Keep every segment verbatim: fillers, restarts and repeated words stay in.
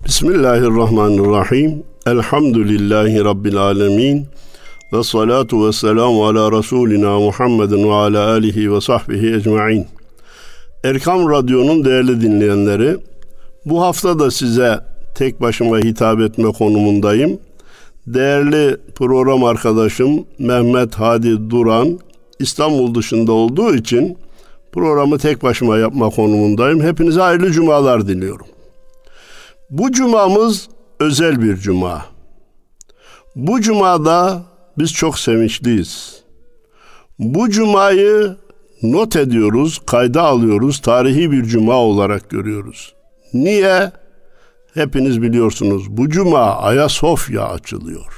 Bismillahirrahmanirrahim. Elhamdülillahi Rabbil alemin. Ve salatu ve selamu ala Resulina Muhammedin ve ala alihi ve sahbihi ecma'in. Erkam Radyo'nun değerli dinleyenleri, bu hafta da size tek başıma hitap etme konumundayım. Değerli program arkadaşım Mehmet Hadi Duran İstanbul dışında olduğu için programı tek başıma yapma konumundayım. Hepinize hayırlı cumalar diliyorum. Bu cumamız özel bir cuma. Bu cumada biz çok sevinçliyiz. Bu cumayı not ediyoruz, kayda alıyoruz, tarihi bir cuma olarak görüyoruz. Niye? Hepiniz biliyorsunuz, bu cuma Ayasofya açılıyor.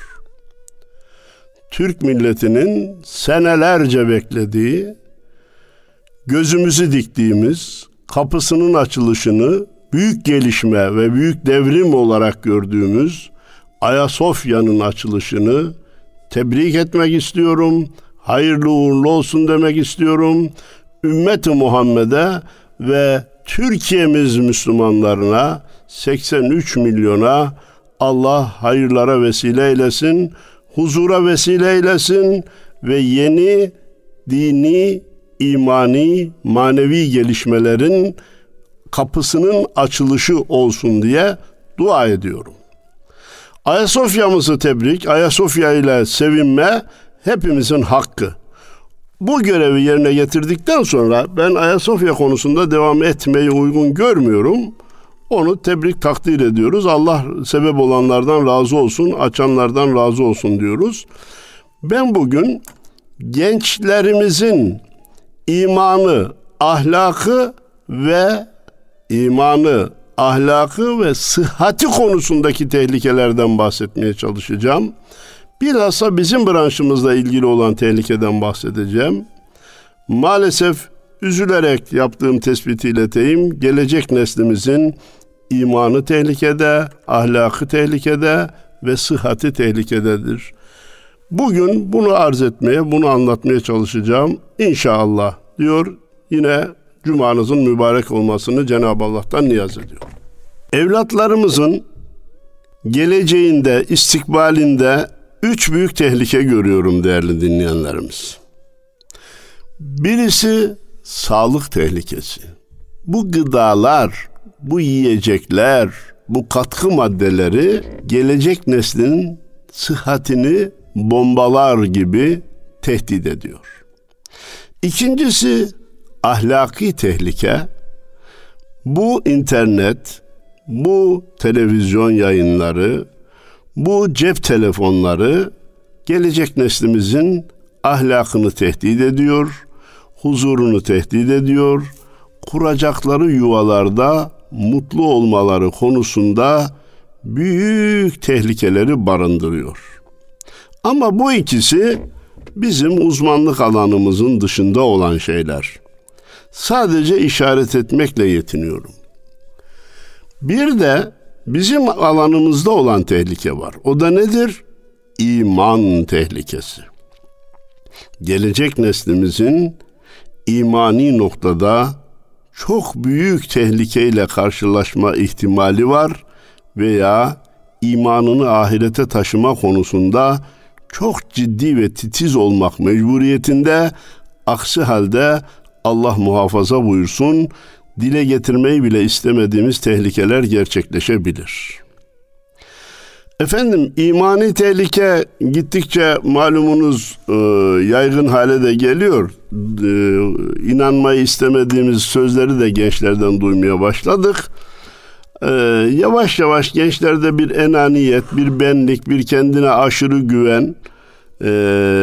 Türk milletinin senelerce beklediği, gözümüzü diktiğimiz kapısının açılışını büyük gelişme ve büyük devrim olarak gördüğümüz Ayasofya'nın açılışını tebrik etmek istiyorum. Hayırlı uğurlu olsun demek istiyorum. Ümmet-i Muhammed'e ve Türkiye'miz Müslümanlarına seksen üç milyona Allah hayırlara vesile eylesin, huzura vesile eylesin ve yeni dini, imani, manevi gelişmelerin kapısının açılışı olsun diye dua ediyorum. Ayasofya'mızı tebrik, Ayasofya ile sevinme hepimizin hakkı. Bu görevi yerine getirdikten sonra ben Ayasofya konusunda devam etmeyi uygun görmüyorum. Onu tebrik, takdir ediyoruz. Allah sebep olanlardan razı olsun, açanlardan razı olsun diyoruz. Ben bugün gençlerimizin imanı, ahlakı ve imanı, ahlakı ve sıhhati konusundaki tehlikelerden bahsetmeye çalışacağım. Bilhassa bizim branşımızla ilgili olan tehlikeden bahsedeceğim. Maalesef üzülerek yaptığım tespiti ileteyim. Gelecek neslimizin imanı tehlikede, ahlakı tehlikede ve sıhhati tehlikededir. Bugün bunu arz etmeye, bunu anlatmaya çalışacağım. İnşallah diyor, yine cumanızın mübarek olmasını Cenab-ı Allah'tan niyaz ediyorum. Evlatlarımızın geleceğinde, istikbalinde üç büyük tehlike görüyorum değerli dinleyenlerimiz. Birisi sağlık tehlikesi. Bu gıdalar, bu yiyecekler, bu katkı maddeleri gelecek neslin sıhhatini bombalar gibi tehdit ediyor. İkincisi ahlaki tehlike. Bu internet, bu televizyon yayınları, bu cep telefonları gelecek neslimizin ahlakını tehdit ediyor, huzurunu tehdit ediyor, kuracakları yuvalarda mutlu olmaları konusunda büyük tehlikeleri barındırıyor. Ama bu ikisi bizim uzmanlık alanımızın dışında olan şeyler. Sadece işaret etmekle yetiniyorum. Bir de bizim alanımızda olan tehlike var. O da nedir? İman tehlikesi. Gelecek neslimizin imani noktada çok büyük tehlikeyle karşılaşma ihtimali var veya imanını ahirete taşıma konusunda çok ciddi ve titiz olmak mecburiyetinde. Aksi halde Allah muhafaza buyursun, dile getirmeyi bile istemediğimiz tehlikeler gerçekleşebilir. Efendim, imani tehlike gittikçe malumunuz e, yaygın hale de geliyor. E, inanmayı istemediğimiz sözleri de gençlerden duymaya başladık. E, yavaş yavaş gençlerde bir enaniyet, bir benlik, bir kendine aşırı güven, e,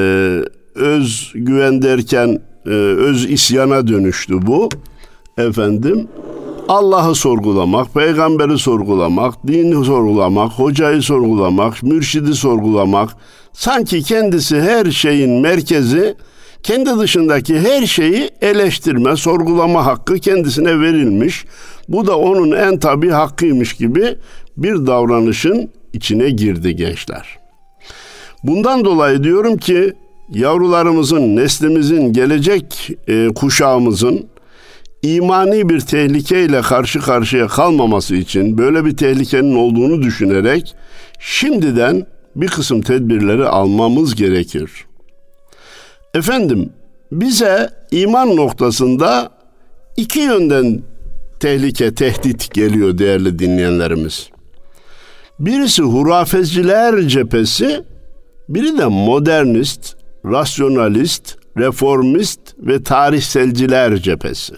öz güven derken e, öz isyana dönüştü bu. Efendim, Allah'ı sorgulamak, peygamberi sorgulamak, dini sorgulamak, hocayı sorgulamak, mürşidi sorgulamak, sanki kendisi her şeyin merkezi, kendi dışındaki her şeyi eleştirme, sorgulama hakkı kendisine verilmiş. Bu da onun en tabii hakkıymış gibi bir davranışın içine girdi gençler. Bundan dolayı diyorum ki, yavrularımızın, neslimizin, gelecek e, kuşağımızın imani bir tehlikeyle karşı karşıya kalmaması için böyle bir tehlikenin olduğunu düşünerek şimdiden bir kısım tedbirleri almamız gerekir. Efendim, bize iman noktasında iki yönden tehlike, tehdit geliyor değerli dinleyenlerimiz. Birisi hurafeciler cephesi, biri de modernist, rasyonalist, reformist ve tarihselciler cephesi.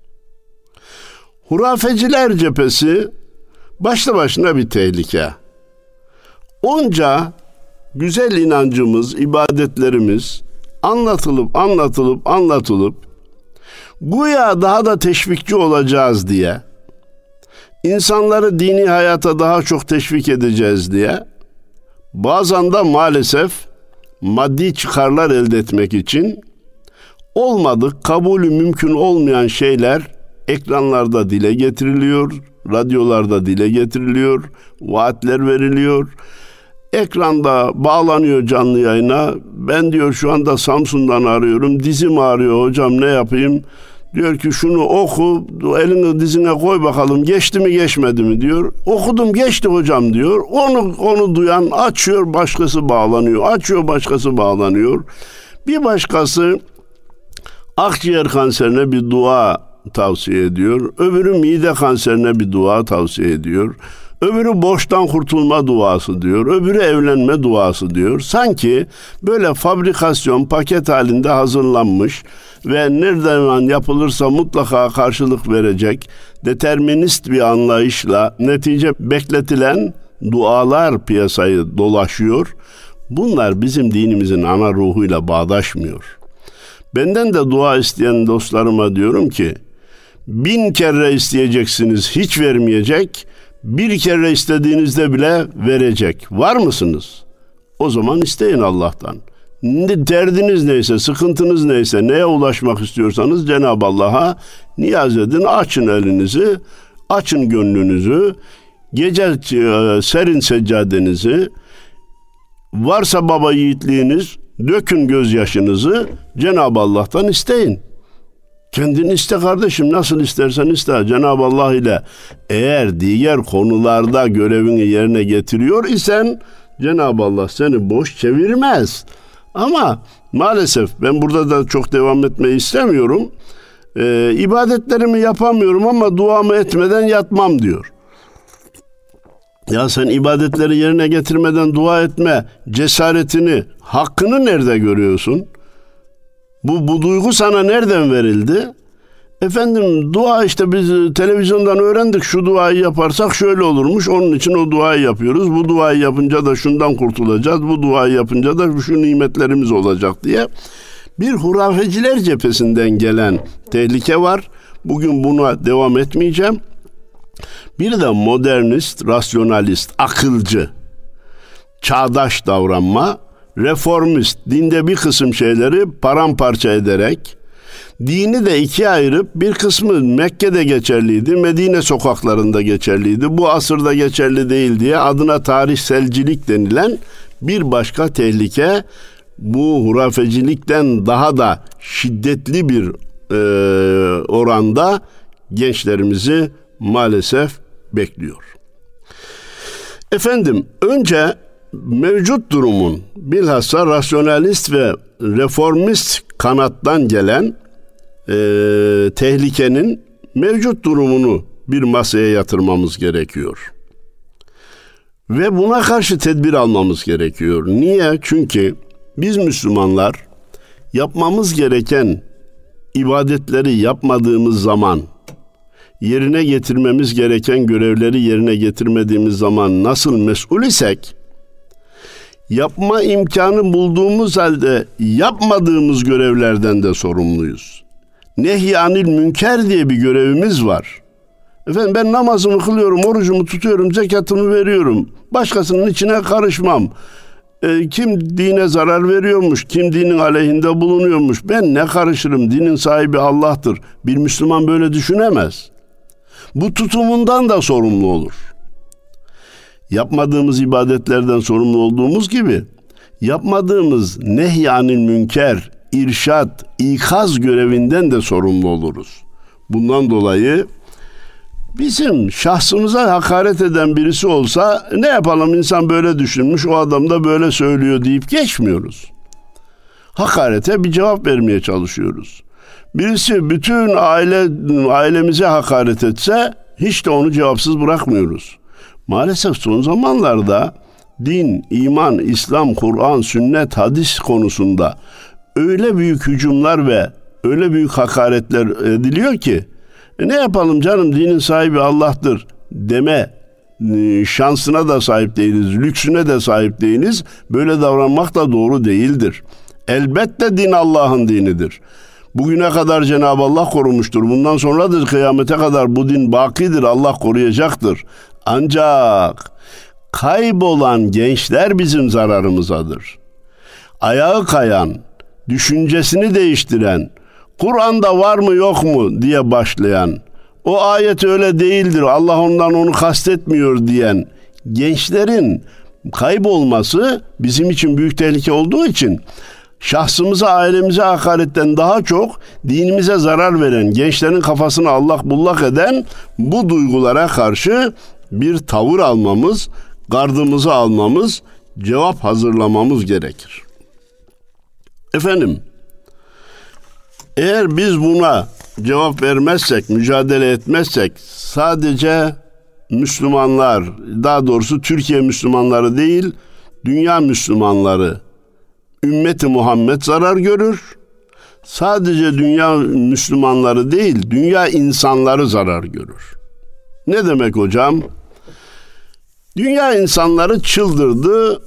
Hurafeciler cephesi başlı başına bir tehlike. Onca güzel inancımız, ibadetlerimiz anlatılıp anlatılıp anlatılıp güya daha da teşvikçi olacağız diye, insanları dini hayata daha çok teşvik edeceğiz diye, bazen de maalesef maddi çıkarlar elde etmek için olmadık, kabulü mümkün olmayan şeyler ekranlarda dile getiriliyor, radyolarda dile getiriliyor, vaatler veriliyor. Ekranda bağlanıyor canlı yayına. Ben diyor şu anda Samsun'dan arıyorum. Dizim ağrıyor hocam, ne yapayım? Diyor ki şunu oku, elini dizine koy bakalım, geçti mi geçmedi mi diyor. Okudum, geçti hocam diyor. Onu onu duyan açıyor, başkası bağlanıyor. Açıyor, başkası bağlanıyor. Bir başkası akciğer kanserine bir dua tavsiye ediyor. Öbürü mide kanserine bir dua tavsiye ediyor. Öbürü borçtan kurtulma duası diyor. Öbürü evlenme duası diyor. Sanki böyle fabrikasyon, paket halinde hazırlanmış ve nereden yapılırsa mutlaka karşılık verecek determinist bir anlayışla netice bekletilen dualar piyasayı dolaşıyor. Bunlar bizim dinimizin ana ruhuyla bağdaşmıyor. Benden de dua isteyen dostlarıma diyorum ki, bin kere isteyeceksiniz, hiç vermeyecek. Bir kere istediğinizde bile verecek. Var mısınız? O zaman isteyin Allah'tan. Derdiniz neyse, sıkıntınız neyse, neye ulaşmak istiyorsanız Cenab-ı Allah'a niyaz edin. Açın elinizi, açın gönlünüzü, gece serin seccadenizi, varsa baba yiğitliğiniz, dökün gözyaşınızı, Cenab-ı Allah'tan isteyin. Kendini iste kardeşim, nasıl istersen iste. Cenab-ı Allah ile eğer diğer konularda görevini yerine getiriyor isen Cenab-ı Allah seni boş çevirmez. Ama maalesef ben burada da çok devam etmeyi istemiyorum. Ee, ibadetlerimi yapamıyorum ama duamı etmeden yatmam diyor. Ya sen ibadetleri yerine getirmeden dua etme cesaretini, hakkını nerede görüyorsun? Bu, bu duygu sana nereden verildi? Efendim dua işte biz televizyondan öğrendik, şu duayı yaparsak şöyle olurmuş, onun için o duayı yapıyoruz. Bu duayı yapınca da şundan kurtulacağız, bu duayı yapınca da şu nimetlerimiz olacak diye. Bir hurafeciler cephesinden gelen tehlike var. Bugün buna devam etmeyeceğim. Bir de modernist, rasyonalist, akılcı, çağdaş davranma, reformist, dinde bir kısım şeyleri paramparça ederek, dini de ikiye ayırıp bir kısmı Mekke'de geçerliydi, Medine sokaklarında geçerliydi, bu asırda geçerli değil diye adına tarihselcilik denilen bir başka tehlike, bu hurafecilikten daha da şiddetli bir e, oranda gençlerimizi maalesef bekliyor. Efendim, önce mevcut durumun bilhassa rasyonalist ve reformist kanattan gelen e, tehlikenin mevcut durumunu bir masaya yatırmamız gerekiyor. Ve buna karşı tedbir almamız gerekiyor. Niye? Çünkü biz Müslümanlar yapmamız gereken ibadetleri yapmadığımız zaman, yerine getirmemiz gereken görevleri yerine getirmediğimiz zaman nasıl mesul isek, yapma imkanı bulduğumuz halde yapmadığımız görevlerden de sorumluyuz. Nehyanil münker diye bir görevimiz var. Efendim ben namazımı kılıyorum, orucumu tutuyorum, zekatımı veriyorum. Başkasının içine karışmam. E, kim dine zarar veriyormuş, kim dinin aleyhinde bulunuyormuş, ben ne karışırım, dinin sahibi Allah'tır. Bir Müslüman böyle düşünemez. Bu tutumundan da sorumlu olur. Yapmadığımız ibadetlerden sorumlu olduğumuz gibi, yapmadığımız nehyanil münker, irşat, ikaz görevinden de sorumlu oluruz. Bundan dolayı bizim şahsımıza hakaret eden birisi olsa ne yapalım, insan böyle düşünmüş, o adam da böyle söylüyor deyip geçmiyoruz. Hakarete bir cevap vermeye çalışıyoruz. Birisi bütün aile ailemize hakaret etse hiç de onu cevapsız bırakmıyoruz. Maalesef son zamanlarda din, iman, İslam, Kur'an, sünnet, hadis konusunda öyle büyük hücumlar ve öyle büyük hakaretler ediliyor ki e ne yapalım canım, dinin sahibi Allah'tır deme şansına da sahip değiliz, lüksüne de sahip değiliz. Böyle davranmak da doğru değildir. Elbette din Allah'ın dinidir. Bugüne kadar Cenab-ı Allah korumuştur. Bundan sonra da kıyamete kadar bu din bakidir. Allah koruyacaktır. Ancak kaybolan gençler bizim zararımızadır. Ayağı kayan, düşüncesini değiştiren, Kur'an'da var mı yok mu diye başlayan, o ayet öyle değildir, Allah ondan onu kastetmiyor diyen gençlerin kaybolması bizim için büyük tehlike olduğu için şahsımıza, ailemize hakaretten daha çok dinimize zarar veren, gençlerin kafasını allak bullak eden bu duygulara karşı bir tavır almamız, gardımızı almamız, cevap hazırlamamız gerekir. Efendim, eğer biz buna cevap vermezsek, mücadele etmezsek sadece Müslümanlar, daha doğrusu Türkiye Müslümanları değil, dünya Müslümanları, ümmeti Muhammed zarar görür. Sadece dünya Müslümanları değil, dünya insanları zarar görür. Ne demek hocam? Dünya insanları çıldırdı,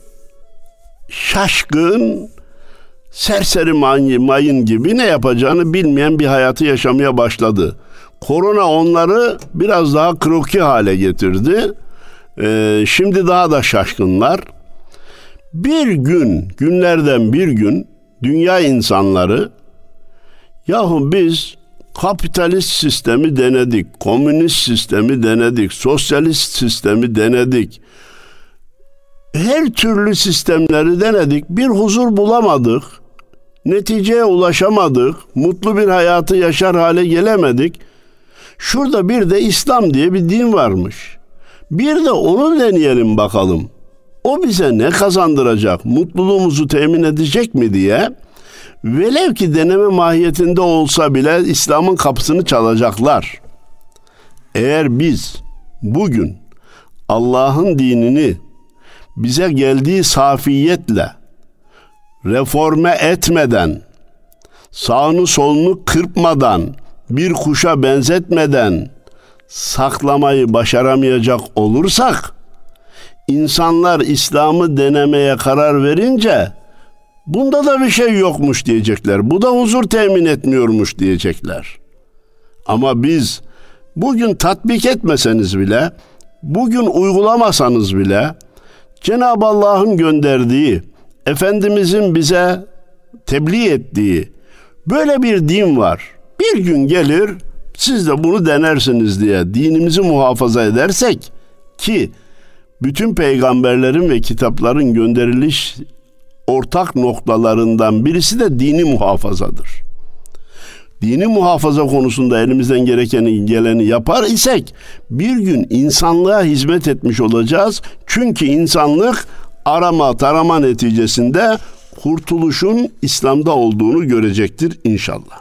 şaşkın, serseri mayın gibi ne yapacağını bilmeyen bir hayatı yaşamaya başladı. Korona onları biraz daha kroki hale getirdi. Ee, şimdi daha da şaşkınlar. Bir gün, günlerden bir gün dünya insanları, yahu biz kapitalist sistemi denedik, komünist sistemi denedik, sosyalist sistemi denedik, her türlü sistemleri denedik, bir huzur bulamadık, neticeye ulaşamadık, mutlu bir hayatı yaşar hale gelemedik. Şurada bir de İslam diye bir din varmış. Bir de onu deneyelim bakalım. O bize ne kazandıracak, mutluluğumuzu temin edecek mi diye, velev ki deneme mahiyetinde olsa bile İslam'ın kapısını çalacaklar. Eğer biz bugün Allah'ın dinini bize geldiği safiyetle reforme etmeden, sağını solunu kırpmadan, bir kuşa benzetmeden saklamayı başaramayacak olursak, İnsanlar İslam'ı denemeye karar verince bunda da bir şey yokmuş diyecekler. Bu da huzur temin etmiyormuş diyecekler. Ama biz bugün tatbik etmeseniz bile, bugün uygulamasanız bile Cenab-ı Allah'ın gönderdiği, Efendimizin bize tebliğ ettiği böyle bir din var. Bir gün gelir siz de bunu denersiniz diye dinimizi muhafaza edersek, ki bütün peygamberlerin ve kitapların gönderiliş ortak noktalarından birisi de dini muhafazadır. Dini muhafaza konusunda elimizden gerekeni geleni yapar isek bir gün insanlığa hizmet etmiş olacağız. Çünkü insanlık arama tarama neticesinde kurtuluşun İslam'da olduğunu görecektir inşallah.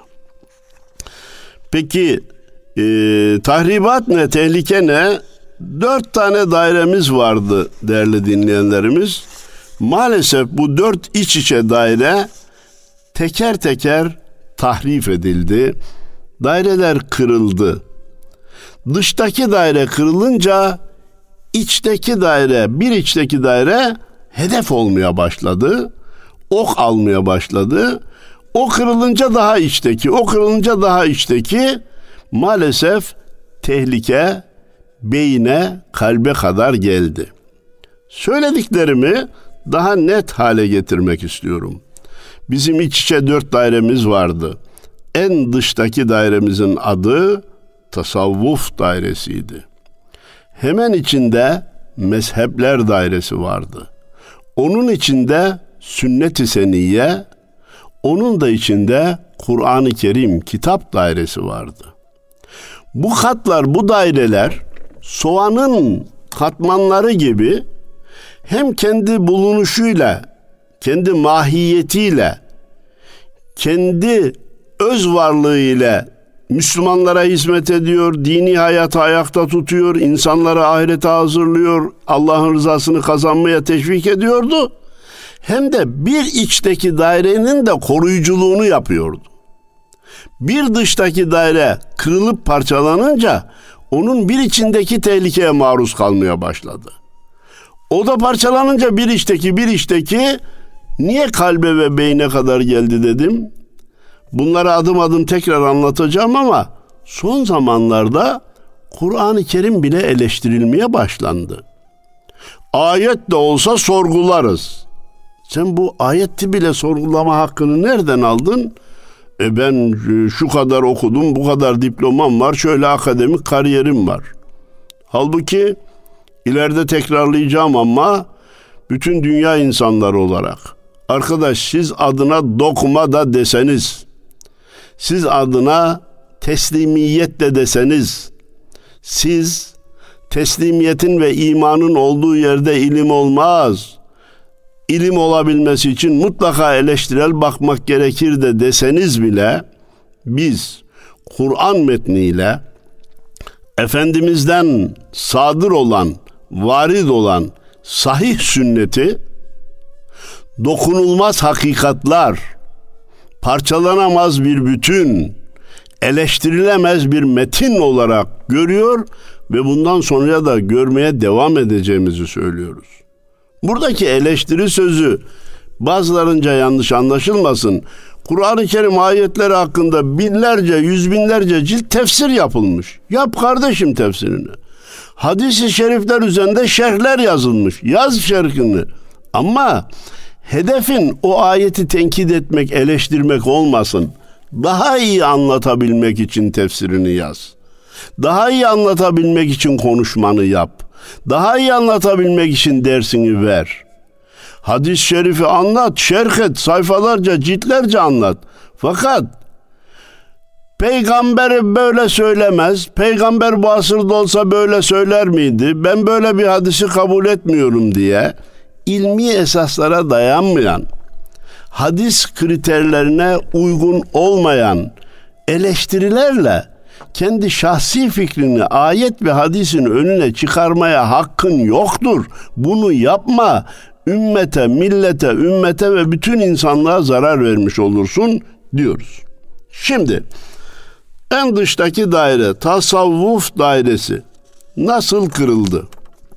Peki e, tahribat ne, tehlike ne? Dört tane dairemiz vardı değerli dinleyenlerimiz. Maalesef bu dört iç içe daire teker teker tahrif edildi. Daireler kırıldı. Dıştaki daire kırılınca içteki daire, bir içteki daire hedef olmaya başladı. Ok almaya başladı. O kırılınca daha içteki, o kırılınca daha içteki, maalesef tehlike beyine, kalbe kadar geldi. Söylediklerimi daha net hale getirmek istiyorum. Bizim iç içe dört dairemiz vardı. En dıştaki dairemizin adı tasavvuf dairesiydi. Hemen içinde mezhepler dairesi vardı. Onun içinde sünnet-i seniyye, onun da içinde Kur'an-ı Kerim kitap dairesi vardı. Bu katlar, bu daireler soğanın katmanları gibi hem kendi bulunuşuyla, kendi mahiyetiyle, kendi öz varlığıyla Müslümanlara hizmet ediyor, dini hayatı ayakta tutuyor, insanları ahirete hazırlıyor, Allah'ın rızasını kazanmaya teşvik ediyordu. Hem de bir içteki dairenin de koruyuculuğunu yapıyordu. Bir dıştaki daire kırılıp parçalanınca onun bir içindeki tehlikeye maruz kalmaya başladı. O da parçalanınca bir içteki bir içteki niye kalbe ve beyne kadar geldi dedim. Bunları adım adım tekrar anlatacağım ama son zamanlarda Kur'an-ı Kerim bile eleştirilmeye başlandı. Ayet de olsa sorgularız. Sen bu ayeti bile sorgulama hakkını nereden aldın? E ben şu kadar okudum, bu kadar diplomam var, şöyle akademik kariyerim var. Halbuki ileride tekrarlayacağım ama bütün dünya insanları olarak, arkadaş siz adına dokuma da deseniz, siz adına teslimiyet de deseniz, siz teslimiyetin ve imanın olduğu yerde ilim olmaz, İlim olabilmesi için mutlaka eleştirel bakmak gerekir de deseniz bile, biz Kur'an metniyle Efendimiz'den sadır olan, varid olan sahih sünneti, dokunulmaz hakikatlar, parçalanamaz bir bütün, eleştirilemez bir metin olarak görüyor ve bundan sonra da görmeye devam edeceğimizi söylüyoruz. Buradaki eleştiri sözü bazılarınca yanlış anlaşılmasın. Kur'an-ı Kerim ayetleri hakkında binlerce, yüz binlerce cilt tefsir yapılmış. Yap kardeşim tefsirini. Hadis-i şerifler üzerinde şerhler yazılmış. Yaz şerhini. Ama hedefin o ayeti tenkit etmek, eleştirmek olmasın. Daha iyi anlatabilmek için tefsirini yaz. Daha iyi anlatabilmek için konuşmanı yap. Daha iyi anlatabilmek için dersini ver. Hadis-i şerifi anlat, şerh et, sayfalarca, ciltlerce anlat. Fakat peygamber böyle söylemez, peygamber bu asırda olsa böyle söyler miydi, ben böyle bir hadisi kabul etmiyorum diye ilmi esaslara dayanmayan, hadis kriterlerine uygun olmayan eleştirilerle kendi şahsi fikrini ayet ve hadisin önüne çıkarmaya hakkın yoktur. Bunu yapma. Ümmete, millete, ümmete ve bütün insanlığa zarar vermiş olursun diyoruz. Şimdi en dıştaki daire, tasavvuf dairesi nasıl kırıldı?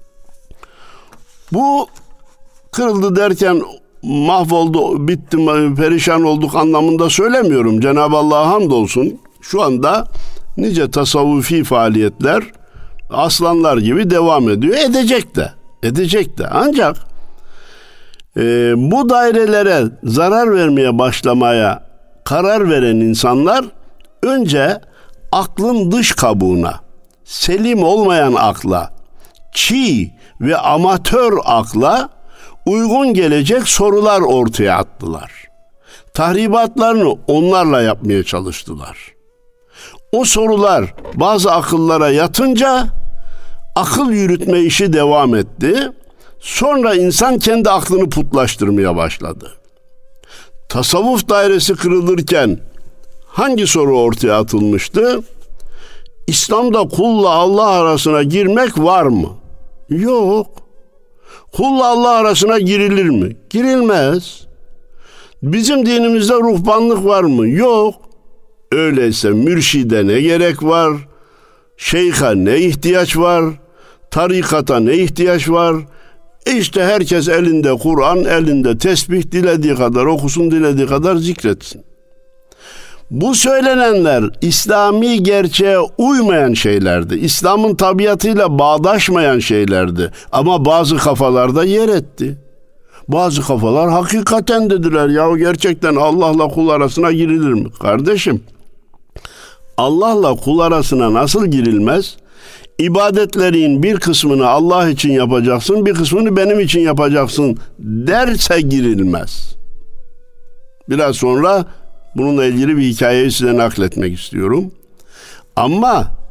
Bu kırıldı derken mahvoldu, bitti, perişan olduk anlamında söylemiyorum. Cenab-ı Allah'a hamdolsun. Şu anda nice tasavvufi faaliyetler aslanlar gibi devam ediyor. Edecek de. Edecek de. Ancak e, bu dairelere zarar vermeye başlamaya karar veren insanlar önce aklın dış kabuğuna, selim olmayan akla, çiğ ve amatör akla uygun gelecek sorular ortaya attılar. Tahribatlarını onlarla yapmaya çalıştılar. O sorular bazı akıllara yatınca akıl yürütme işi devam etti. Sonra insan kendi aklını putlaştırmaya başladı. Tasavvuf dairesi kırılırken hangi soru ortaya atılmıştı? İslam'da kulla Allah arasına girmek var mı? Yok. Kulla Allah arasına girilir mi? Girilmez. Bizim dinimizde ruhbanlık var mı? Yok. Öyleyse mürşide ne gerek var? Şeyha ne ihtiyaç var? Tarikata ne ihtiyaç var? İşte herkes elinde Kur'an, elinde tesbih, dilediği kadar okusun, dilediği kadar zikretsin. Bu söylenenler İslami gerçeğe uymayan şeylerdi. İslam'ın tabiatıyla bağdaşmayan şeylerdi. Ama bazı kafalarda yer etti. Bazı kafalar hakikaten dediler ya gerçekten Allah'la kul arasına girilir mi? Kardeşim, Allah'la kul arasına nasıl girilmez? İbadetlerin bir kısmını Allah için yapacaksın, bir kısmını benim için yapacaksın derse girilmez. Biraz sonra bununla ilgili bir hikayeyi size nakletmek istiyorum. Ama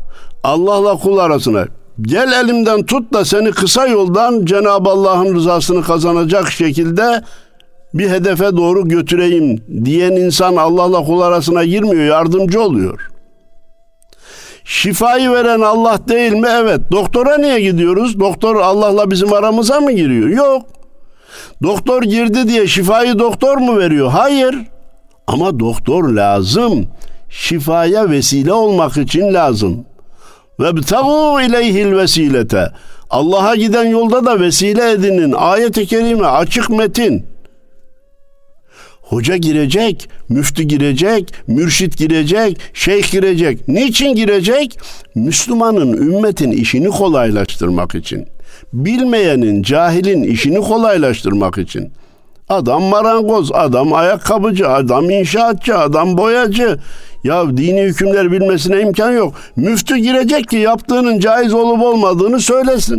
Allah'la kul arasına. Gel elimden tut da seni kısa yoldan Cenab-ı Allah'ın rızasını kazanacak şekilde bir hedefe doğru götüreyim diyen insan Allah'la kul arasına girmiyor, yardımcı oluyor. Şifayı veren Allah değil mi? Evet. Doktora niye gidiyoruz? Doktor Allah'la bizim aramıza mı giriyor? Yok. Doktor girdi diye şifayı doktor mu veriyor? Hayır. Ama doktor lazım. Şifaya vesile olmak için lazım. Ve btagû ileyhil vesilete. Allah'a giden yolda da vesile edinin. Ayet-i kerime, açık metin. Hoca girecek, müftü girecek, mürşit girecek, şeyh girecek. Niçin girecek? Müslümanın, ümmetin işini kolaylaştırmak için. Bilmeyenin, cahilin işini kolaylaştırmak için. Adam marangoz, adam ayakkabıcı, adam inşaatçı, adam boyacı. Ya dini hükümler bilmesine imkan yok. Müftü girecek ki yaptığının caiz olup olmadığını söylesin.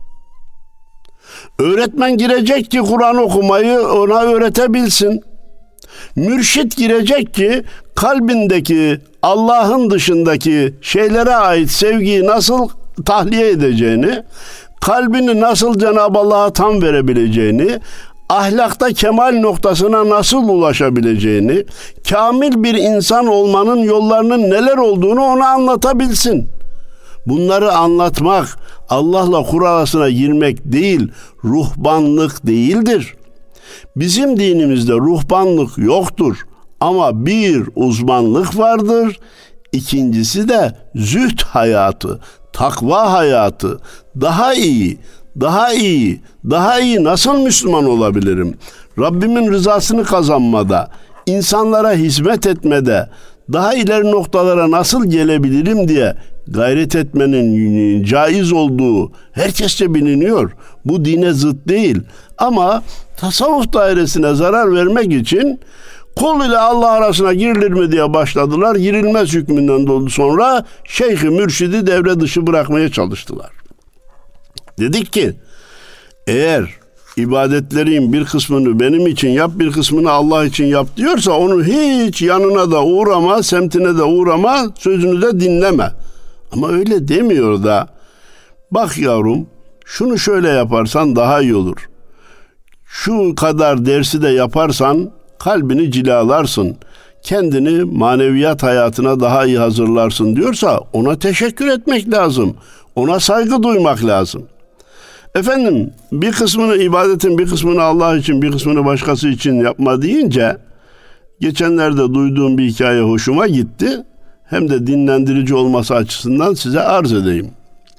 Öğretmen girecek ki Kur'an okumayı ona öğretebilsin. Mürşit girecek ki kalbindeki Allah'ın dışındaki şeylere ait sevgiyi nasıl tahliye edeceğini, kalbini nasıl Cenab-ı Allah'a tam verebileceğini, ahlakta kemal noktasına nasıl ulaşabileceğini, kamil bir insan olmanın yollarının neler olduğunu ona anlatabilsin. Bunları anlatmak, Allah'la Kur arasına girmek değil, ruhbanlık değildir. Bizim dinimizde ruhbanlık yoktur ama bir uzmanlık vardır. İkincisi de zühd hayatı, takva hayatı. Daha iyi, daha iyi, daha iyi nasıl Müslüman olabilirim? Rabbimin rızasını kazanmada, insanlara hizmet etmede, daha ileri noktalara nasıl gelebilirim diye gayret etmenin caiz olduğu herkesçe biliniyor. Bu dine zıt değil. Ama tasavvuf dairesine zarar vermek için kul ile Allah arasına girilir mi diye başladılar. Girilmez hükmünden dolayı sonra şeyh-i mürşidi devre dışı bırakmaya çalıştılar. Dedik ki eğer ibadetlerin bir kısmını benim için yap, bir kısmını Allah için yap diyorsa onu hiç yanına da uğrama, semtine de uğrama, sözünü de dinleme. Ama öyle demiyor da bak yavrum şunu şöyle yaparsan daha iyi olur. Şu kadar dersi de yaparsan kalbini cilalarsın. Kendini maneviyat hayatına daha iyi hazırlarsın diyorsa ona teşekkür etmek lazım. Ona saygı duymak lazım. Efendim bir kısmını ibadetin bir kısmını Allah için bir kısmını başkası için yapma deyince geçenlerde duyduğum bir hikaye hoşuma gitti. Hem de dinlendirici olması açısından size arz edeyim.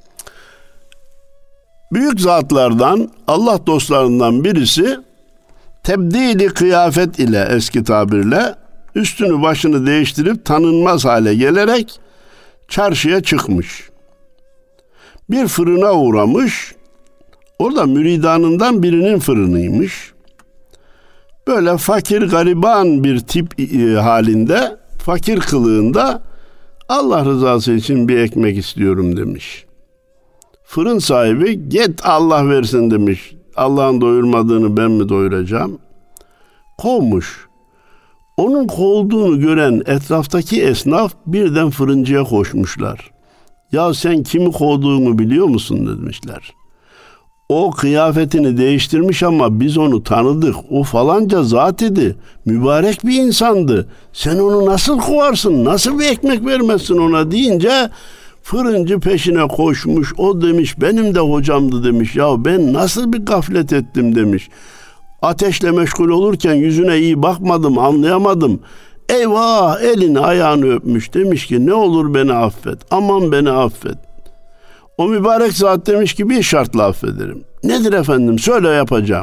Büyük zatlardan Allah dostlarından birisi tebdili kıyafet ile eski tabirle üstünü başını değiştirip tanınmaz hale gelerek çarşıya çıkmış. Bir fırına uğramış. Orada müridanından birinin fırınıymış. Böyle fakir gariban bir tip e, halinde, fakir kılığında Allah rızası için bir ekmek istiyorum demiş. Fırın sahibi git Allah versin demiş. Allah'ın doyurmadığını ben mi doyuracağım? Kovmuş. Onun kovulduğunu gören etraftaki esnaf birden fırıncıya koşmuşlar. Ya sen kimi kovduğunu biliyor musun demişler. O kıyafetini değiştirmiş ama biz onu tanıdık. O falanca zat idi. Mübarek bir insandı. Sen onu nasıl kovarsın? Nasıl bir ekmek vermezsin ona deyince fırıncı peşine koşmuş. O demiş benim de hocamdı demiş. Ya ben nasıl bir gaflet ettim demiş. Ateşle meşgul olurken yüzüne iyi bakmadım, anlayamadım. Eyvah elini ayağını öpmüş. Demiş ki ne olur beni affet. Aman beni affet. O mübarek zat demiş ki bir şartla affederim. Nedir efendim? Söyle yapacağım.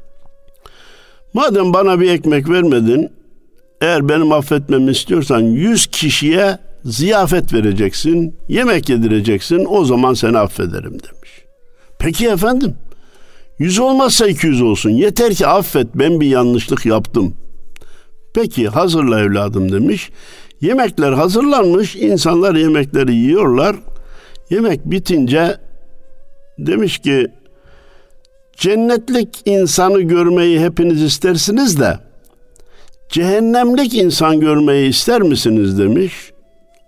Madem bana bir ekmek vermedin, eğer benim affetmemi istiyorsan yüz kişiye ziyafet vereceksin, yemek yedireceksin, o zaman seni affederim demiş. Peki efendim. Yüz olmazsa iki yüz olsun. Yeter ki affet, ben bir yanlışlık yaptım. Peki hazırla evladım demiş. Yemekler hazırlanmış, insanlar yemekleri yiyorlar. Yemek bitince demiş ki cennetlik insanı görmeyi hepiniz istersiniz de cehennemlik insan görmeyi ister misiniz demiş.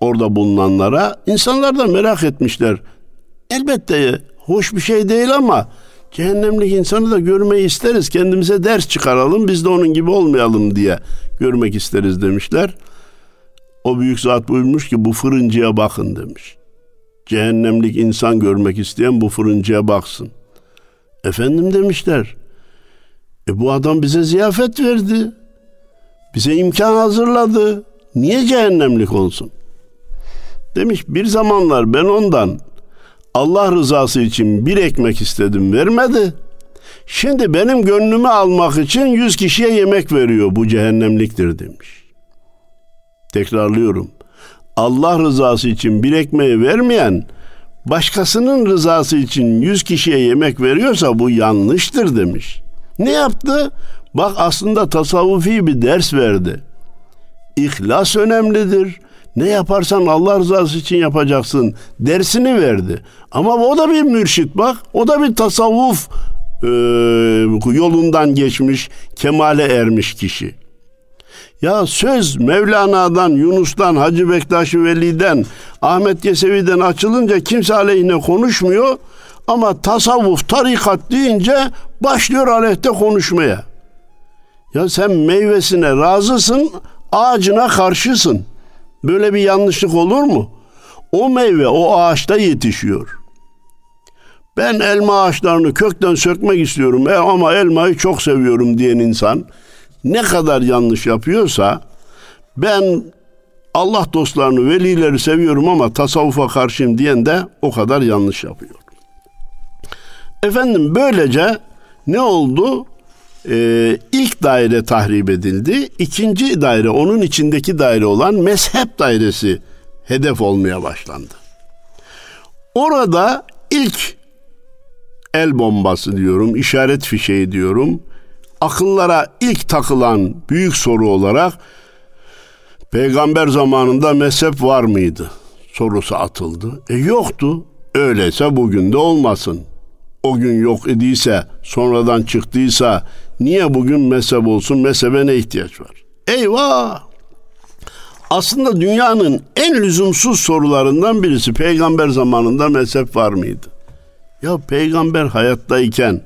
orada bulunanlara. İnsanlar da merak etmişler. Elbette hoş bir şey değil ama cehennemlik insanı da görmeyi isteriz. Kendimize ders çıkaralım, biz de onun gibi olmayalım diye görmek isteriz demişler. O büyük zat buyurmuş ki bu fırıncıya bakın demiş. Cehennemlik insan görmek isteyen bu fırıncıya baksın. Efendim demişler. E bu adam bize ziyafet verdi. Bize imkan hazırladı. Niye cehennemlik olsun? Demiş bir zamanlar ben ondan Allah rızası için bir ekmek istedim, vermedi. Şimdi benim gönlümü almak için yüz kişiye yemek veriyor, bu cehennemliktir demiş. Tekrarlıyorum. Allah rızası için bir ekmeği vermeyen, başkasının rızası için yüz kişiye yemek veriyorsa bu yanlıştır demiş. Ne yaptı? Bak aslında tasavvufi bir ders verdi. İhlas önemlidir. Ne yaparsan Allah rızası için yapacaksın dersini verdi. Ama o da bir mürşit bak. O da bir tasavvuf e, yolundan geçmiş, kemale ermiş kişi. Ya söz Mevlana'dan, Yunus'tan, Hacı Bektaş-ı Veli'den, Ahmet Yesevi'den açılınca kimse aleyhine konuşmuyor. Ama tasavvuf, tarikat deyince başlıyor aleyhte konuşmaya. Ya sen meyvesine razısın, ağacına karşısın. Böyle bir yanlışlık olur mu? O meyve o ağaçta yetişiyor. Ben elma ağaçlarını kökten sökmek istiyorum ama elmayı çok seviyorum diyen insan ne kadar yanlış yapıyorsa, ben Allah dostlarını, velileri seviyorum ama tasavvufa karşıyım diyen de o kadar yanlış yapıyor. Efendim böylece ne oldu? Ee, ilk daire tahrip edildi. İkinci daire, onun içindeki daire olan mezhep dairesi hedef olmaya başlandı. Orada ilk el bombası diyorum, işaret fişeği diyorum. Akıllara ilk takılan büyük soru olarak peygamber zamanında mezhep var mıydı sorusu atıldı. E yoktu. Öyleyse bugün de olmasın. O gün yok idiyse, sonradan çıktıysa niye bugün mezhep olsun? Mezhebe ne ihtiyaç var? Eyvah! Aslında dünyanın en lüzumsuz sorularından birisi peygamber zamanında mezhep var mıydı? Ya peygamber hayattayken,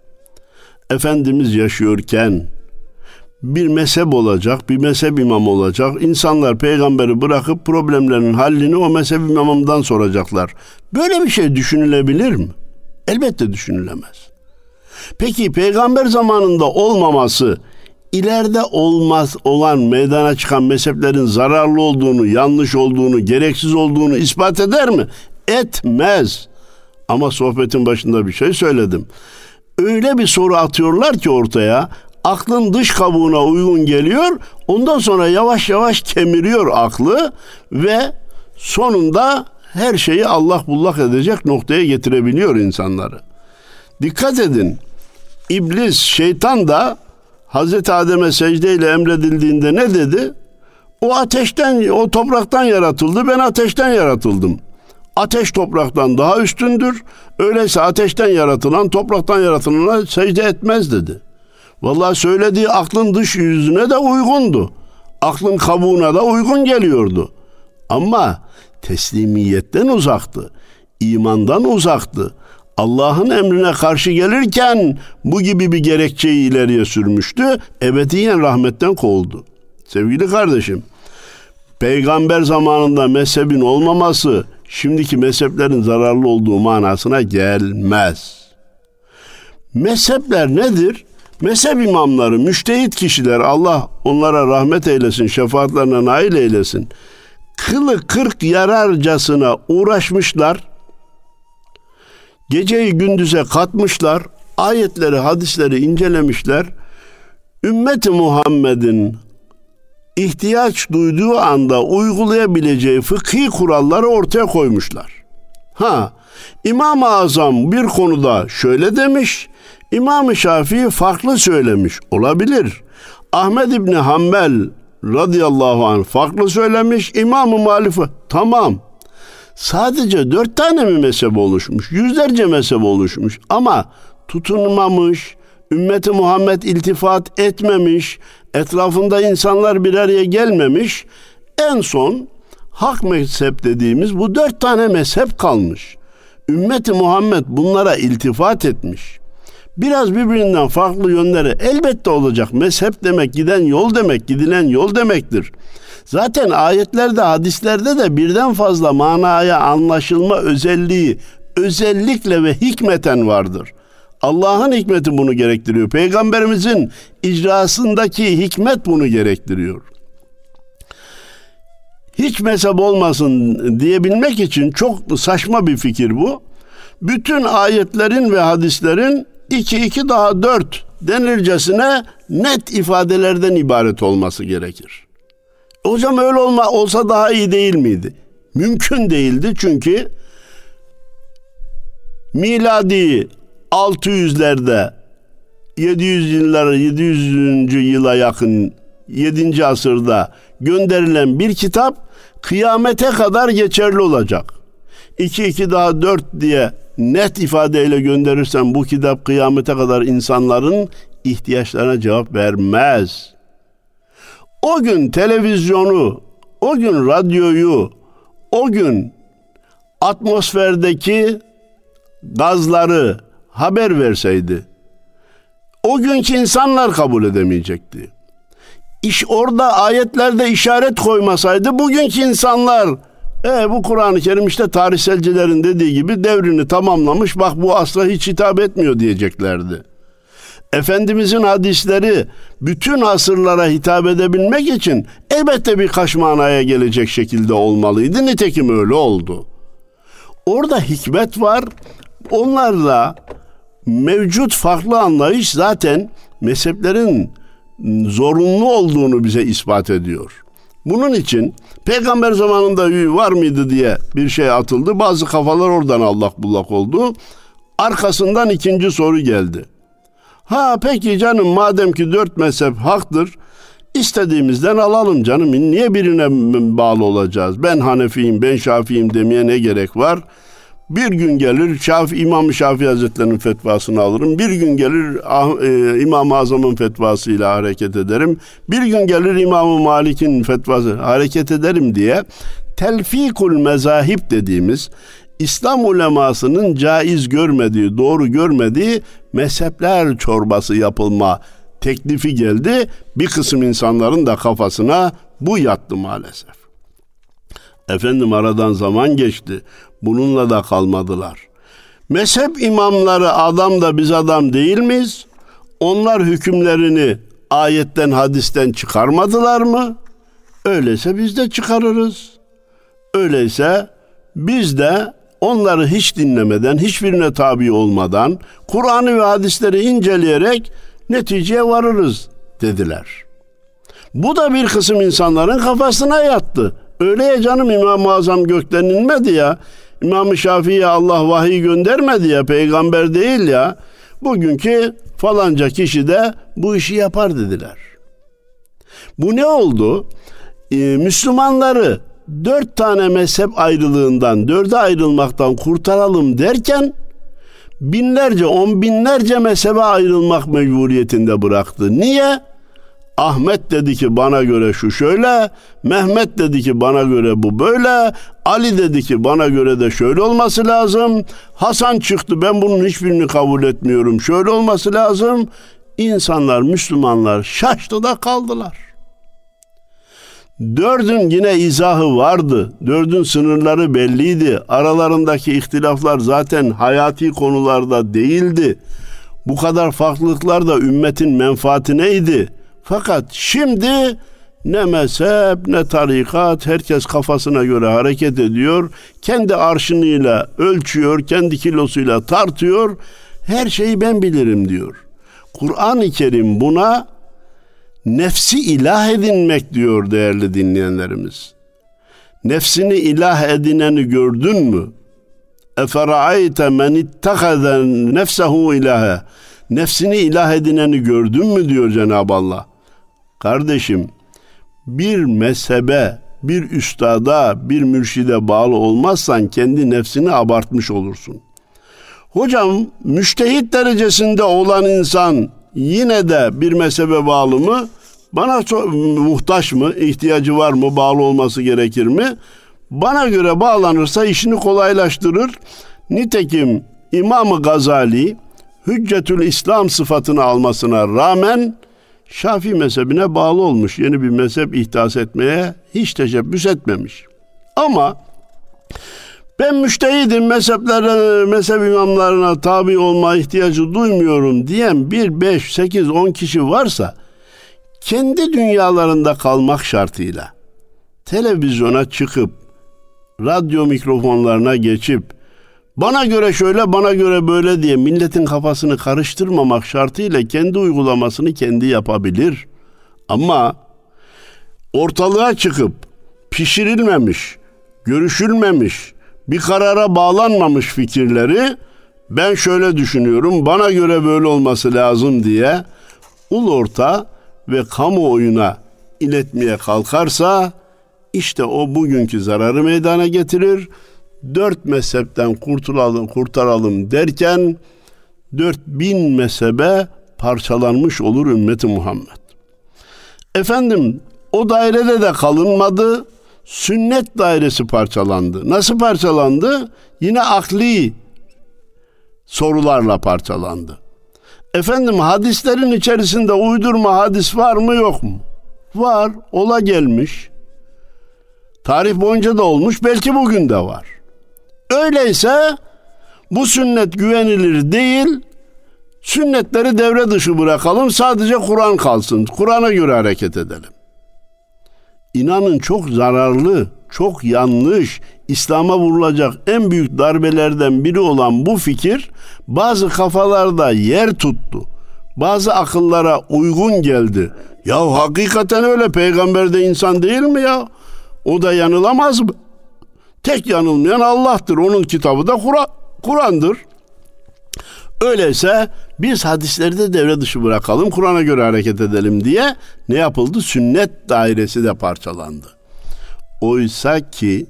Efendimiz yaşıyorken bir mezhep olacak, bir mezhep imamı olacak. İnsanlar peygamberi bırakıp problemlerin hallini o mezhep imamından soracaklar. Böyle bir şey düşünülebilir mi? Elbette düşünülemez. Peki peygamber zamanında olmaması, ileride olmaz olan meydana çıkan mezheplerin zararlı olduğunu, yanlış olduğunu, gereksiz olduğunu ispat eder mi? Etmez. Ama sohbetin başında bir şey söyledim. Öyle bir soru atıyorlar ki ortaya, aklın dış kabuğuna uygun geliyor, ondan sonra yavaş yavaş kemiriyor aklı ve sonunda her şeyi allak bullak edecek noktaya getirebiliyor insanları. Dikkat edin, İblis, şeytan da Hazreti Adem'e secdeyle emredildiğinde ne dedi? O ateşten, o topraktan yaratıldı, ben ateşten yaratıldım. Ateş topraktan daha üstündür. Öyleyse ateşten yaratılan topraktan yaratılana secde etmez dedi. Vallahi söylediği aklın dış yüzüne de uygundu. Aklın kabuğuna da uygun geliyordu. Ama teslimiyetten uzaktı. İmandan uzaktı. Allah'ın emrine karşı gelirken bu gibi bir gerekçeyi ileriye sürmüştü. Ebediyen rahmetten kovuldu. Sevgili kardeşim, peygamber zamanında mezhebin olmaması şimdiki mezheplerin zararlı olduğu manasına gelmez. Mezhepler nedir? Mezhep imamları, müştehit kişiler, Allah onlara rahmet eylesin, şefaatlerine nail eylesin. Kılı kırk yararcasına uğraşmışlar. Geceyi gündüze katmışlar. Ayetleri, hadisleri incelemişler. Ümmeti Muhammed'in ihtiyaç duyduğu anda uygulayabileceği fıkhi kuralları ortaya koymuşlar. Ha, İmam-ı Azam bir konuda şöyle demiş, İmam-ı Şafii farklı söylemiş. Olabilir. Ahmed İbni Hanbel radıyallahu anh farklı söylemiş. İmam-ı Malik, tamam. Sadece dört tane mi mezhep oluşmuş? Yüzlerce mezhep oluşmuş. Ama tutunmamış, ümmeti Muhammed iltifat etmemiş, etrafında insanlar bir araya gelmemiş. En son hak mezhep dediğimiz bu dört tane mezhep kalmış. Ümmeti Muhammed bunlara iltifat etmiş. Biraz birbirinden farklı yönleri elbette olacak. Mezhep demek giden yol demek, gidilen yol demektir. Zaten ayetlerde, hadislerde de birden fazla manaya anlaşılma özelliği özellikle ve hikmeten vardır. Allah'ın hikmeti bunu gerektiriyor. Peygamberimizin icrasındaki hikmet bunu gerektiriyor. Hiç mezhep olmasın diyebilmek için çok saçma bir fikir bu. Bütün ayetlerin ve hadislerin iki iki daha dört denircesine net ifadelerden ibaret olması gerekir. Hocam öyle olma, olsa daha iyi değil miydi? Mümkün değildi çünkü miladi altı yüzlerde yedi yüz yıllara yedi yüzüncü yıla yakın yedinci asırda gönderilen bir kitap kıyamete kadar geçerli olacak. iki iki daha dört diye net ifadeyle gönderirsen bu kitap kıyamete kadar insanların ihtiyaçlarına cevap vermez. O gün televizyonu, o gün radyoyu, o gün atmosferdeki gazları haber verseydi, o günkü insanlar kabul edemeyecekti. İş orada ayetlerde işaret koymasaydı bugünkü insanlar e, bu Kur'an-ı Kerim işte tarihselcilerin dediği gibi devrini tamamlamış, bak bu asla hiç hitap etmiyor diyeceklerdi. Efendimizin hadisleri bütün asırlara hitap edebilmek için elbette birkaç manaya gelecek şekilde olmalıydı. Nitekim öyle oldu. Orada hikmet var. Onlarla mevcut farklı anlayış zaten mezheplerin zorunlu olduğunu bize ispat ediyor. Bunun için peygamber zamanında var mıydı diye bir şey atıldı. Bazı kafalar oradan allak bullak oldu. Arkasından ikinci soru geldi. Ha peki canım, madem ki dört mezhep haktır, istediğimizden alalım canım. Niye birine bağlı olacağız? Ben Hanefiyim, ben Şafiiyim demeye ne gerek var? Bir gün gelir Şafi, İmam-ı Şafii Hazretleri'nin fetvasını alırım. Bir gün gelir e, İmam-ı Azam'ın fetvasıyla hareket ederim. Bir gün gelir İmam-ı Malik'in fetvası hareket ederim diye telfikul mezahip dediğimiz İslam ulemasının caiz görmediği, doğru görmediği mezhepler çorbası yapılma teklifi geldi. Bir kısım insanların da kafasına bu yattı maalesef. Efendim aradan zaman geçti. Bununla da kalmadılar. Mezhep imamları adam da biz adam değil miyiz? Onlar hükümlerini ayetten, hadisten çıkarmadılar mı? Öyleyse biz de çıkarırız. Öyleyse biz de onları hiç dinlemeden, hiçbirine tabi olmadan Kur'an'ı ve hadisleri inceleyerek neticeye varırız dediler. Bu da bir kısım insanların kafasına yattı. Öyle ya canım, İmam-ı Azam gökten inmedi ya. İmam-ı Şafii'ye Allah vahiy göndermedi ya, peygamber değil ya. Bugünkü falanca kişi de bu işi yapar dediler. Bu ne oldu? Ee, Müslümanları dört tane mezhep ayrılığından, dörde ayrılmaktan kurtaralım derken binlerce, on binlerce mezhebe ayrılmak mecburiyetinde bıraktı. Niye? Ahmet dedi ki bana göre şu şöyle, Mehmet dedi ki bana göre bu böyle, Ali dedi ki bana göre de şöyle olması lazım, Hasan çıktı ben bunun hiçbirini kabul etmiyorum, şöyle olması lazım. İnsanlar, Müslümanlar şaştı da kaldılar. Dördün yine izahı vardı. Dördün sınırları belliydi. Aralarındaki ihtilaflar zaten hayati konularda değildi. Bu kadar farklılıklar da ümmetin menfaatineydi. Fakat şimdi ne mezhep ne tarikat, herkes kafasına göre hareket ediyor. Kendi arşınıyla ölçüyor, kendi kilosuyla tartıyor. Her şeyi ben bilirim diyor. Kur'an-ı Kerim buna nefsi ilah edinmek diyor değerli dinleyenlerimiz. Nefsini ilah edineni gördün mü? Efera'ayte men ittahazen nefsehu ilahe. Nefsini ilah edineni gördün mü diyor Cenab-ı Allah. Kardeşim, bir mezhebe, bir üstada, bir mürşide bağlı olmazsan kendi nefsini abartmış olursun. Hocam, müştehit derecesinde olan insan yine de bir mezhebe bağlı mı? Bana so- muhtaç mı? İhtiyacı var mı? Bağlı olması gerekir mi? bana göre bağlanırsa işini kolaylaştırır. Nitekim İmam-ı Gazali Hüccetül İslam sıfatını almasına rağmen Şafii mezhebine bağlı olmuş. Yeni bir mezhep ihdas etmeye hiç teşebbüs etmemiş. Ama ben müştehidim, mezheplere, mezhep imamlarına tabi olma ihtiyacı duymuyorum diyen bir, beş, sekiz, on kişi varsa kendi dünyalarında kalmak şartıyla televizyona çıkıp radyo mikrofonlarına geçip bana göre şöyle, bana göre böyle diye milletin kafasını karıştırmamak şartıyla kendi uygulamasını kendi yapabilir. Ama ortalığa çıkıp pişirilmemiş, görüşülmemiş, bir karara bağlanmamış fikirleri ben şöyle düşünüyorum, bana göre böyle olması lazım diye ulu orta ve kamuoyuna iletmeye kalkarsa işte o bugünkü zararı meydana getirir. Dört mezhepten kurtulalım, kurtaralım derken dört bin mezhebe parçalanmış olur ümmeti Muhammed. Efendim o dairede de kalınmadı. Sünnet dairesi parçalandı. Nasıl parçalandı? Yine akli sorularla parçalandı. Efendim hadislerin içerisinde uydurma hadis var mı yok mu? Var. Ola gelmiş. Tarih boyunca da olmuş. Belki bugün de var. Öyleyse bu sünnet güvenilir değil. Sünnetleri devre dışı bırakalım. Sadece Kur'an kalsın. Kur'an'a göre hareket edelim. İnanın çok zararlı, çok yanlış, İslam'a vurulacak en büyük darbelerden biri olan bu fikir bazı kafalarda yer tuttu. Bazı akıllara uygun geldi. Ya hakikaten öyle, peygamber de insan değil mi ya? O da yanılamaz mı? Tek yanılmayan Allah'tır. Onun kitabı da Kur'an, Kur'an'dır. Öyleyse biz hadisleri de devre dışı bırakalım, Kur'an'a göre hareket edelim diye ne yapıldı? Sünnet dairesi de parçalandı. Oysa ki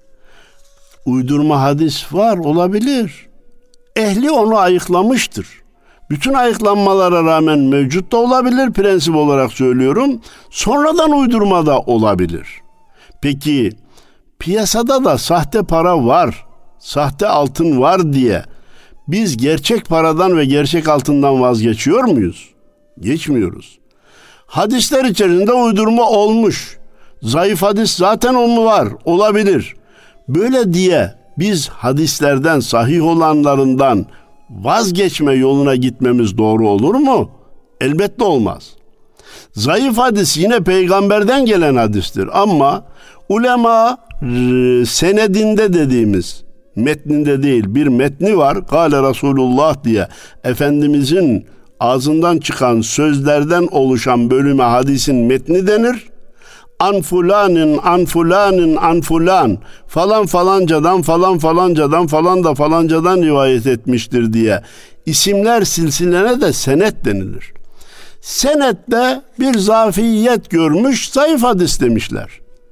uydurma hadis var, olabilir. Ehli onu ayıklamıştır. Bütün ayıklanmalara rağmen mevcut da olabilir, prensip olarak söylüyorum. Sonradan uydurma da olabilir. Peki piyasada da sahte para var, sahte altın var diye biz gerçek paradan ve gerçek altından vazgeçiyor muyuz? Geçmiyoruz. Hadisler içerisinde uydurma olmuş. Zayıf hadis zaten onu var, olabilir. Böyle diye biz hadislerden, sahih olanlarından vazgeçme yoluna gitmemiz doğru olur mu? Elbette olmaz. Zayıf hadis yine peygamberden gelen hadistir ama ulema senedinde dediğimiz, metninde değil, bir metni var. Kâle Resulullah diye Efendimizin ağzından çıkan sözlerden oluşan bölüme hadisin metni denir. An fulanın, an fulanın, an fulan falan falancadan, falan falancadan, falan da falancadan rivayet etmiştir diye isimler silsilene de senet denilir. Senette bir zafiyet görmüş, zayıf hadis demişler.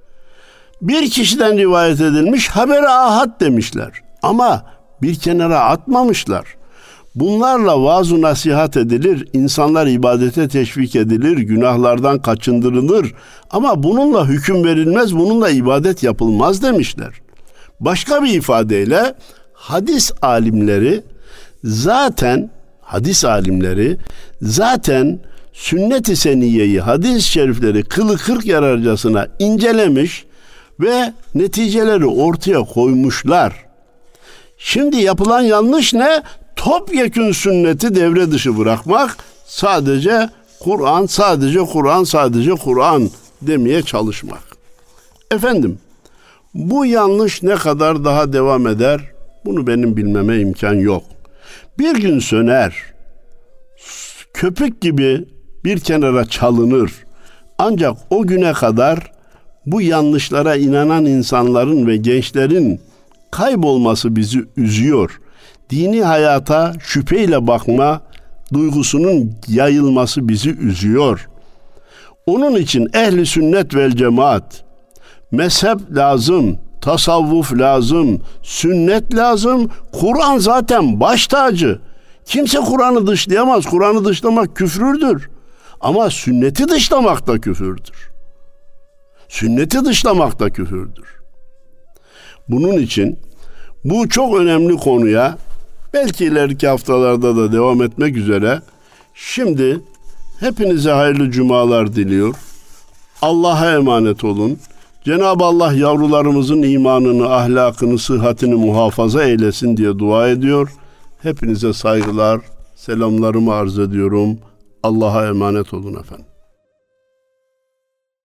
Bir kişiden rivayet edilmiş, haber-i ahad demişler. Ama bir kenara atmamışlar. Bunlarla vaaz-ı nasihat edilir, insanlar ibadete teşvik edilir, günahlardan kaçındırılır. Ama bununla hüküm verilmez, bununla ibadet yapılmaz demişler. Başka bir ifadeyle hadis alimleri zaten, hadis alimleri zaten sünnet-i seniyyeyi, hadis-i şerifleri kılı kırk yararcasına incelemiş ve neticeleri ortaya koymuşlar. Şimdi yapılan yanlış ne? Topyekün sünneti devre dışı bırakmak, sadece Kur'an, sadece Kur'an, sadece Kur'an demeye çalışmak. Efendim, bu yanlış ne kadar daha devam eder? Bunu benim bilmeme imkan yok. Bir gün söner, köpük gibi bir kenara çalınır. Ancak o güne kadar bu yanlışlara inanan insanların ve gençlerin kaybolması bizi üzüyor. Dini hayata şüpheyle bakma duygusunun yayılması bizi üzüyor. Onun için ehli sünnet vel cemaat, mezhep lazım, tasavvuf lazım, sünnet lazım. Kur'an zaten baş tacı. Kimse Kur'an'ı dışlayamaz. Kur'an'ı dışlamak küfrürdür. Ama sünneti dışlamak da küfürdür. Sünneti dışlamak da küfürdür. Bunun için bu çok önemli konuya belki ileriki haftalarda da devam etmek üzere şimdi hepinize hayırlı cumalar diliyor. Allah'a emanet olun. Cenab-ı Allah yavrularımızın imanını, ahlakını, sıhhatini muhafaza eylesin diye dua ediyor. Hepinize saygılar, selamlarımı arz ediyorum. Allah'a emanet olun efendim.